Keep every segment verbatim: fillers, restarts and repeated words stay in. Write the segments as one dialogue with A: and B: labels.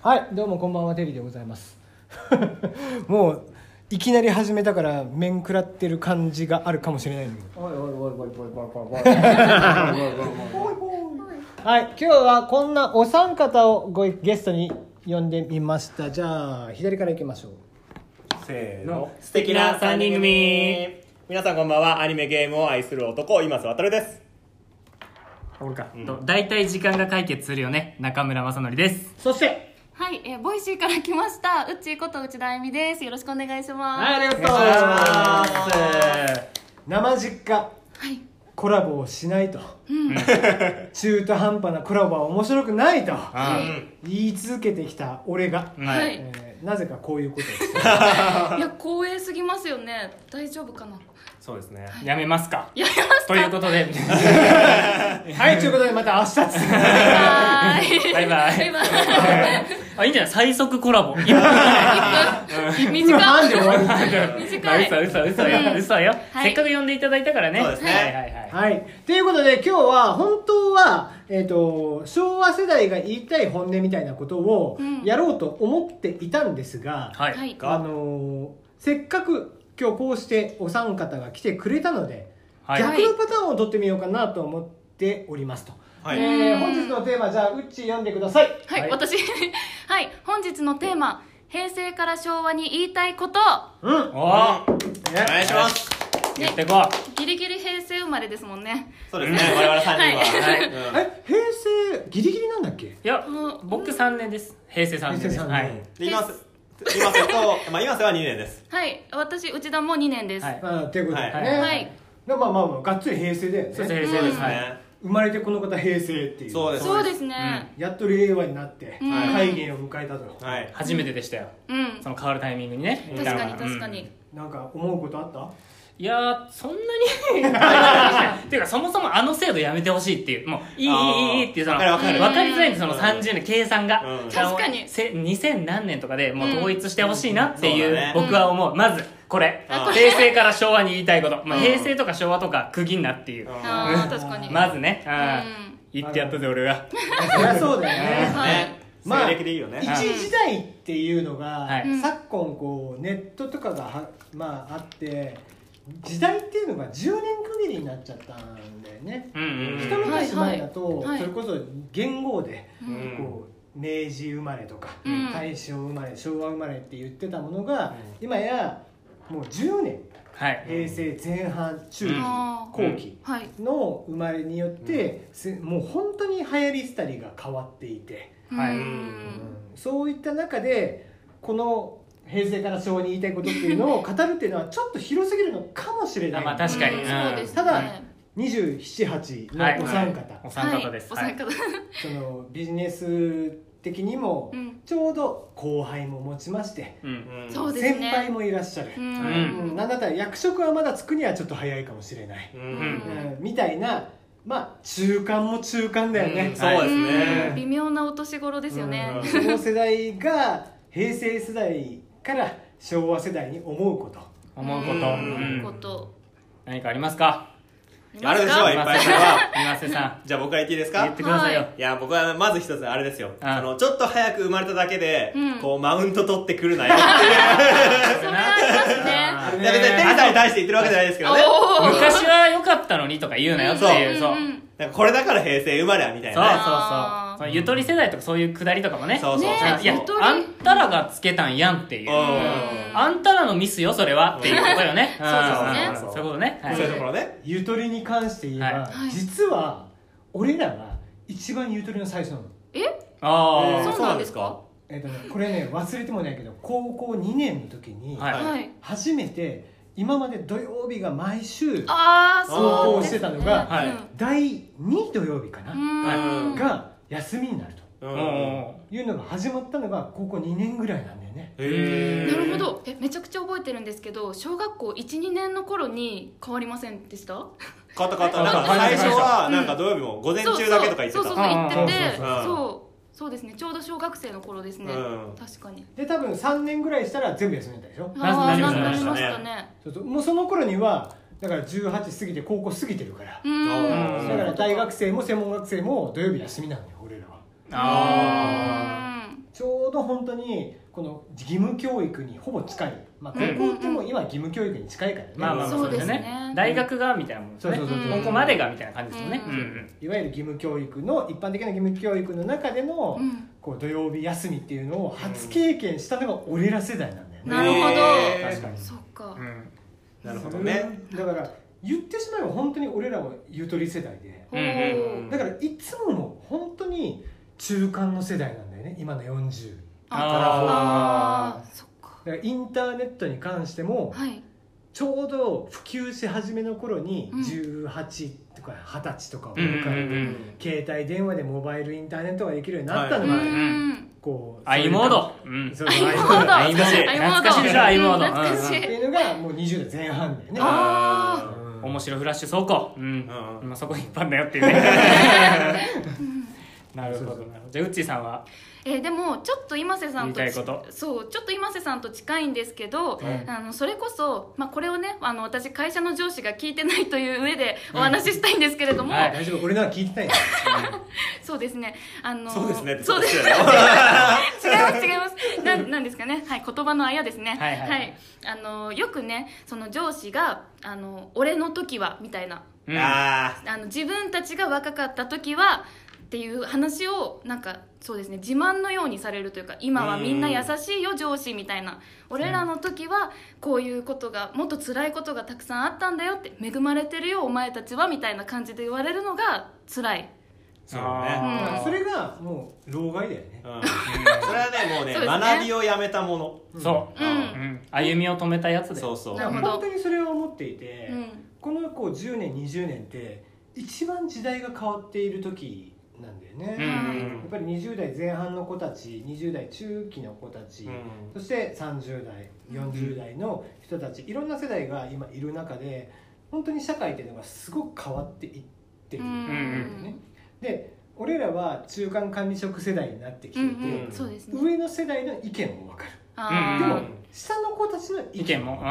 A: はいどうもこんばんはテリーでございますもういきなり始めたから面食らってる感じがあるかもしれないんだけどおいおいおいおいおいおいおいおいはい今日はこんなお三方をごゲストに呼んでみました。じゃあ左からいきましょう。
B: せーの素敵なさんにん組。皆さんこんばんは。アニメゲームを愛する男今瀬渡です。
C: 俺か、うん、だいたい時間が解決するよね中村正則です。
A: そして
D: はい、えー、ボイシーから来ましたうっちーこと内田あゆみです。よろしくお願いします。
A: はい、ありがとうございます。生実家、はい、コラボをしないと、うん、中途半端なコラボは面白くないと、はい、言い続けてきた俺が、はい、えー、なぜかこういうことをして
D: いや光栄すぎますよね。大丈夫かな。
C: そうですね、はい、やめますか。
D: やめますか
C: ということで
A: はいということでまた明日バイバ
C: イバイバイあ、いいんじゃない最速コラボいっぷん
D: 短い
A: 半で終わる
D: 短い。
C: 嘘嘘嘘よ嘘よ、はい、せっかく呼んでいただいたからね。
B: そうですね、
C: はいはいはい、
A: はい、ということで今日は本当は、えーと、昭和世代が言いたい本音みたいなことをやろうと思っていたんですが、うん、はい、あのー、せっかく今日こうしてお三方が来てくれたので、はい、逆のパターンを取ってみようかなと思っておりますと、はい、えー、本日のテーマじゃあうっちー読んでください。
D: はい、はい、私はい本日のテーマ平成から昭和に言いたいこと。
A: うん、お
B: お願いします。
C: 言ってこ
D: う。ギリギリ平成生まれですもんね。
B: そうですね我々さんにんは、はい、
A: うん、え平成ギリギリなんだっけ。
C: いや、うん、僕さんねんです。平成さんねんです。はい、
B: で今今瀬と、まあ、今瀬はにねんです。
D: はい、私内田もにねんです。はい、
A: あっていうことでね、はい、
D: はい、
A: まあまあまあがっつり平成だよね。
C: そうです平成です、はい、
A: 生まれてこの方平成っていう。
B: そうです
D: そうですね、
A: うん、やっと令和になって、うん、改元を迎えたと、
C: はい、初めてでしたよ、うん、その変わるタイミングにね。
D: 確かに確かに、
A: うん、なんか思うことあった？
C: いやーそんなにっていうかそもそもあの制度やめてほしいっていう、もういいいいいいっていう、その分かりづらいんです、そのさんじゅうねん計算が、
D: うん、確かに
C: にせん何年とかでもう統一してほしいなっていう、うんね、僕は思う。まずこれ平成から昭和に言いたいこと、まあ、平成とか昭和とか区切んなっていう、
D: あ確かに
C: まずね、うん、言ってやったぜ俺が。
A: そりゃそうだよね、
D: はい、
B: まあ、西暦でいいよね。
A: 一時代っていうのが、
C: はい、
A: 昨今こうネットとかがは、まあ、あって時代っていうのがじゅうねん区切りになっちゃったんだよね、うんうんうん、一昔前だと、はいはい、それこそ元号で、うん、こう明治生まれとか、うん、大正生まれ昭和生まれって言ってたものが、うん、今やもうじゅうねん、はい、平成前半中期、うん、後期の生まれによって、うん、もう本当に流行り廃りが変わっていて、はい、うん、そういった中でこの平成から昭和に言いたいことっていうのを語るっていうのはちょっと広すぎるのかもしれない。
C: まあ確かに、うん、
D: そうですね、
A: ただにじゅうなな、はちのお三方、
C: はい、お三方です、
D: はい、
C: はい、
A: そのビジネス的にもちょうど後輩も持ちまして、うんうん、先輩もいらっしゃる、うんうん、なんだったら役職はまだつくにはちょっと早いかもしれない、うんうん、みたいな、まあ中間も中間だよね、
B: うん、そうですね、
D: 微妙なお年頃ですよね、
A: うん、その世代が平成世代から昭和世代に思うこと
C: 思うこと、うん、こと、何かありますか？
B: あるでしょう、いっぱいそれは。
C: 今瀬さん
B: じゃあ僕から言っていいですか？
C: 言ってくださいよ。
B: いや僕はまず一つあれですよ、あのちょっと早く生まれただけで、うん、こうマウント取ってくるなよっていう
D: それありますね。
B: いや別にテリーさんに対して言ってるわけじゃないですけどね、
C: 昔は良かったのにとか言うなよっていう、そう、
B: なんかこれだから平成生まれはみたいな、ね、
C: そうそうそう、そのゆとり世代とかそういうくだりとかもね、
B: そうそうそう、
C: ね、いやあんたらがつけたんやんっていう、あんたらのミスよそれはっていうことよね。そうそうそう、そういうことね、
B: そういうところね。
A: ゆとりに関して言えば、はい、実は俺らが一番ゆとりの最初なの。
D: え？
C: ああ、
D: そうなんですか？
A: えっとね、これね忘れてもないけど高校にねんの時に初めて今まで土曜日が毎週投稿してたのが、はい、だいに土曜日かな、はい、が休みになるというのが始まったのが高校にねんぐらいなんだよね。
D: へー、なるほど。えめちゃくちゃ覚えてるんですけど小学校いち、にねんの頃に変わりませんでした？
B: 変わった変わった。なんか最初はなんか土曜日も午前中だけとか言ってた。
D: そうそうそう言ってて、そうそうですね、ちょうど小学生の頃ですね、うん、確かに。
A: で多分さんねんぐらいしたら全部休みだったでしょ。
D: ああ、なりましたね。
A: そうそう、もうその頃にはだからじゅうはち過ぎて高校過ぎてるから、うんだから大学生も専門学生も土曜日休みなのよ俺らは。ああ、ちょうど本当にこの義務教育にほぼ近い、まあ、高校ってもう今義務教育に近いからね、
C: まあまあそうですね、大学がみたいなもんですね、高校までがみたいな感じですよね、
A: いわゆる義務教育の一般的な義務教育の中での、うん、こう土曜日休みっていうのを初経験したのが俺ら世代なんだよね。
D: なるほど、
C: 確かに
D: そっか、うん、
B: なるほどね。
A: だから言ってしまえば本当に俺らはゆとり世代で、うん、だからいつもも本当に中間の世代なんだよね、今のよんじゅう。
D: ああ、そっか。
A: だからインターネットに関しても、はい、ちょうど普及し始めの頃にじゅうはちとかはたちとかを迎えて、うん、携帯電話でモバイルインターネットができるようになったのが、はい、こう
C: i モード、
D: うん、そう i モード、
C: i モード懐かしいでしょ i モード
A: 懐かしいっていうのがもうにじゅうだいぜん半だよね。
C: ああ、面白フラッシュ倉庫、うんうん、今そこにいっぱいだよっていうねなるほどなるほど。じゃあウッチーさんは
D: えー、でもちょっと今瀬さんとそうちょっと今瀬さんと近いんですけど、うん、あのそれこそ、まあ、これをねあの私会社の上司が聞いてないという上でお話ししたいんですけれども、うん
A: はい、大丈夫、俺のは聞いてない
D: そうですね、あの
B: そうですね
D: そうです違います違いますななんですかね、はい、言葉のあやですね、はいはいはい、あのよくねその上司があの俺の時はみたいな、うん、あの自分たちが若かった時はっていう話をなんかそうですね自慢のようにされるというか、今はみんな優しいよ上司みたいな、俺らの時はこういうことがもっと辛いことがたくさんあったんだよって、恵まれてるよお前たちはみたいな感じで言われるのが辛い。
B: そうね、
A: うん、それがもう老害だよね、うん、
B: それはねもうねう、ね、学びをやめたもの、
C: そう、うんうん、歩みを止めたやつで、
B: そうそう、
A: 本当にそれは思っていて、うん、このこうじゅうねんにじゅうねんって一番時代が変わっている時なんだよね、うん、やっぱりにじゅうだいぜん半の子たち、にじゅうだい中期の子たち、うん、そしてさんじゅうだいよんじゅうだいの人たち、いろんな世代が今いる中で本当に社会っていうのがすごく変わっていってるんだよね、うん、で俺らは中間管理職世代になってきていて、うんうんそうですね、上の世代の意見も分かる、あでも下の子たちの意見も、うんうん、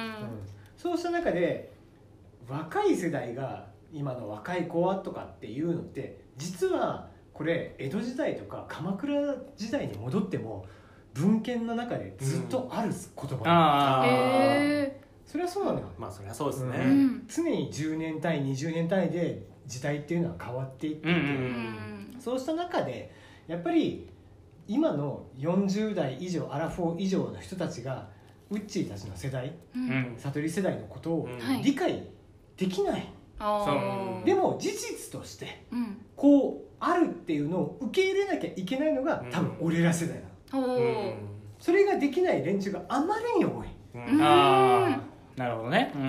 A: そうした中で若い世代が今の若い子はとかっていうのって実はこれ江戸時代とか鎌倉時代に戻っても文献の中でずっとある言葉、うん、あへーそれはそうなのよ、
B: まあそれはそうですね、
A: うん、常にじゅうねん単位にじゅうねん単位で時代っていうのは変わっていっていて、うんうんうん、そうした中でやっぱり今のよんじゅうだい以上アラフォー以上の人たちがウッチーたちの世代、うん、悟り世代のことを理解できない、うん、でも事実としてこうあるっていうのを受け入れなきゃいけないのが多分俺ら世代なの、うん、それができない連中があまりに多い、
C: うん、ああなるほどね、うん、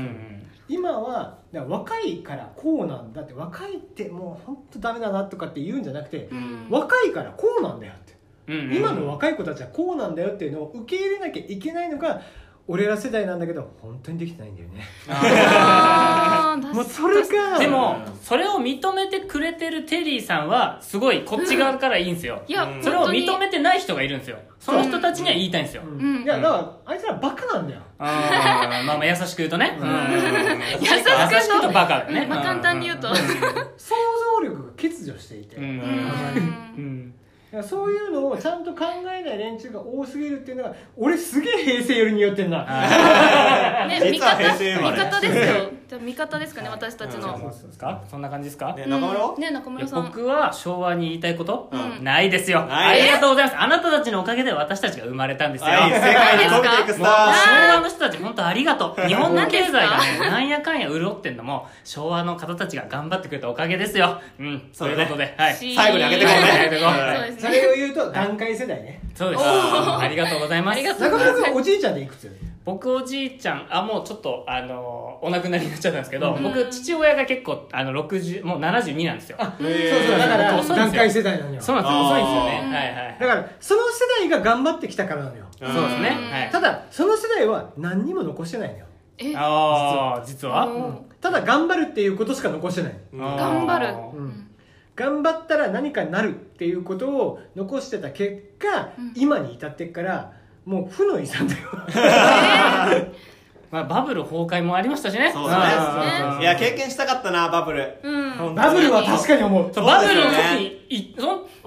A: 今はだから若いからこうなんだって、若いってもう本当ダメだなとかって言うんじゃなくて、うん、若いからこうなんだよって、うんうん、今の若い子たちはこうなんだよっていうのを受け入れなきゃいけないのが俺ら世代なんだけど本当にできてないんだよね。あもうそれが
C: でもそれを認めてくれてるテリーさんはすごいこっち側からいいんですよ、うん、いやそれを認めてない人がいるんですよ。その人たちには言いたいんですよ、
A: うんうん、いやだからあいつらバカなんだよ。
C: あまあまあ優しく言うとね、うん、
D: 優しく言
C: うとバカだね、
D: まあ、簡単に言うと想
A: 像力が欠如していて、うん
D: うん
A: そういうのをちゃんと考えない連中が多すぎるっていうのが俺すげえ平成寄りに寄ってんな
D: ね、味方味方ですよ。じゃあ味方ですかね私たちの、
C: うん、そうですかそんな感じですか、
B: ね、中村は、
D: うん、ね中村さん
C: 僕は昭和に言いたいこと、うん、ないですよ。ありがとうございます。あなたたちのおかげで私たちが生まれたんですよ。
B: はい、世界に飛びていくスター。
C: 昭和の人たち本当ありがとう。日本の経済がねなんやかんや潤ってんのも昭和の方たちが頑張ってくれたおかげですよ。うんそういうことで、はい、
B: 最後にあげてこうね。
A: それを言うと団塊世代ね。
C: そうです。ありがとうございます。
A: 中村君おじいちゃんでいくつ？
C: 僕おじいちゃんあもうちょっとあのお亡くなりになっちゃったんですけど、うん、僕父親が結構あのろくじゅうもうななじゅうになんですよ。
A: あそうそうだから団塊世代なのよ。
C: そうなんですよ。遅いんですよね。はいはい。
A: だからその世代が頑張ってきたからなのよ。
C: そうですね。はい。
A: ただその世代は何にも残してないのよ。
C: えああ実は、
A: うん、ただ頑張るっていうことしか残してない。
D: 頑張る。
A: うん。頑張ったら何かになるっていうことを残してた結果、うん、今に至ってっからもう負の遺産だよ。
C: えーまあ、バブル崩壊もありましたしね。
B: そうですね。いや経験したかったなバブル、
A: うん、バブルは確かに思う。
C: そうバブルの時にいそ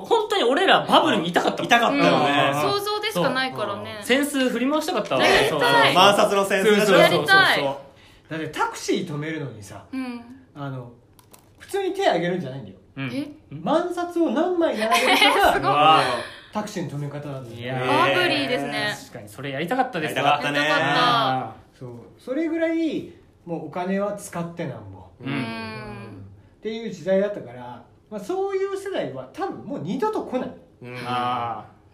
C: 本当に俺らバブルにいたかったもん。
B: いたかったよね。
D: 想像でしかないからね。
C: 扇子振り回したかったわ。
D: やりたい。
B: 万札の扇子でしょ。
D: やりたい。
A: だってタクシー止めるのにさ、
D: うん、
A: あの普通に手挙げるんじゃないんだよ。
D: え、
A: 万札を何枚並べるかがタクシーの止め方なんだよ。
C: いや
D: バブリーですね。
C: 確かにそれやりたかったですわ。
B: やりたかったね。
D: やりたか
A: った。そう、それぐらいもうお金は使ってなんぼ、
D: うん、
A: っていう時代だったから、まあ、そういう世代は多分もう二度と来ない。
C: うん、ああ、うん、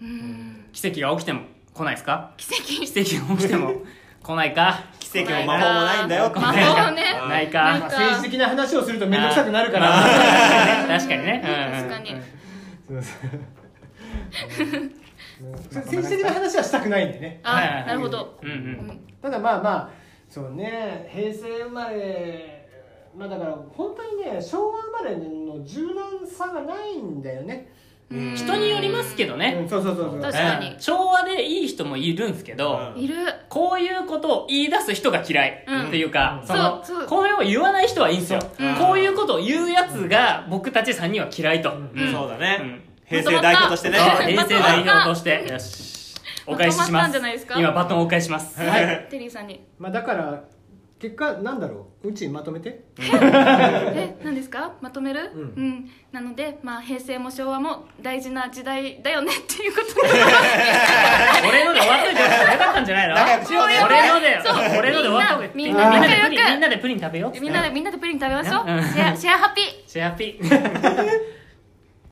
C: 奇跡が起きても来ないですか？
D: 奇跡
C: 奇跡が起きても来ないか。
B: 奇跡も魔法もないんだよ。
D: 魔法ね。
C: ないか。
A: まあ、政治的な話をすると面倒くさくなるから。
C: 確かにね。
D: 確かに。
A: 政治的な話はしたくないんでね。
D: あ、なるほど。
A: ただまあまあそうね、平成生まれ、まあだから本当にね、昭和生まれの柔軟さがないんだよね。
C: 人によりますけどね、
A: うん、そうそうそうそう、
D: 確かに
C: 昭和でいい人もいるんですけど、
D: いる、
C: こういうことを言い出す人が嫌いっていうか、
D: うん、
C: その
D: そう
C: こういうのを言わない人はいいんですよ、うん、こういうことを言うやつが僕たちさんにんは嫌いと、
B: うんうん、そうだね、うん、平成代表としてね、
C: 平成代表としてよしお返しします。今バトンをお返しします、
D: はい、テリーさんに。
A: まあだから結果なんだろう、うちまとめて
D: え、何ですか、まとめる、うん、うん、なので、まあ、平成も昭和も大事な時代だよねっていうことで
C: 俺ので終わっといてよかったんじゃないの？
B: 仲良くしようね。
C: 俺ので俺ので終わった方がいい。
D: みんな仲良く
C: みんなでプリン食べよう。
D: みんなでみんなでプリン食べましょう。シェアシェアハッピー
C: シェアハッピー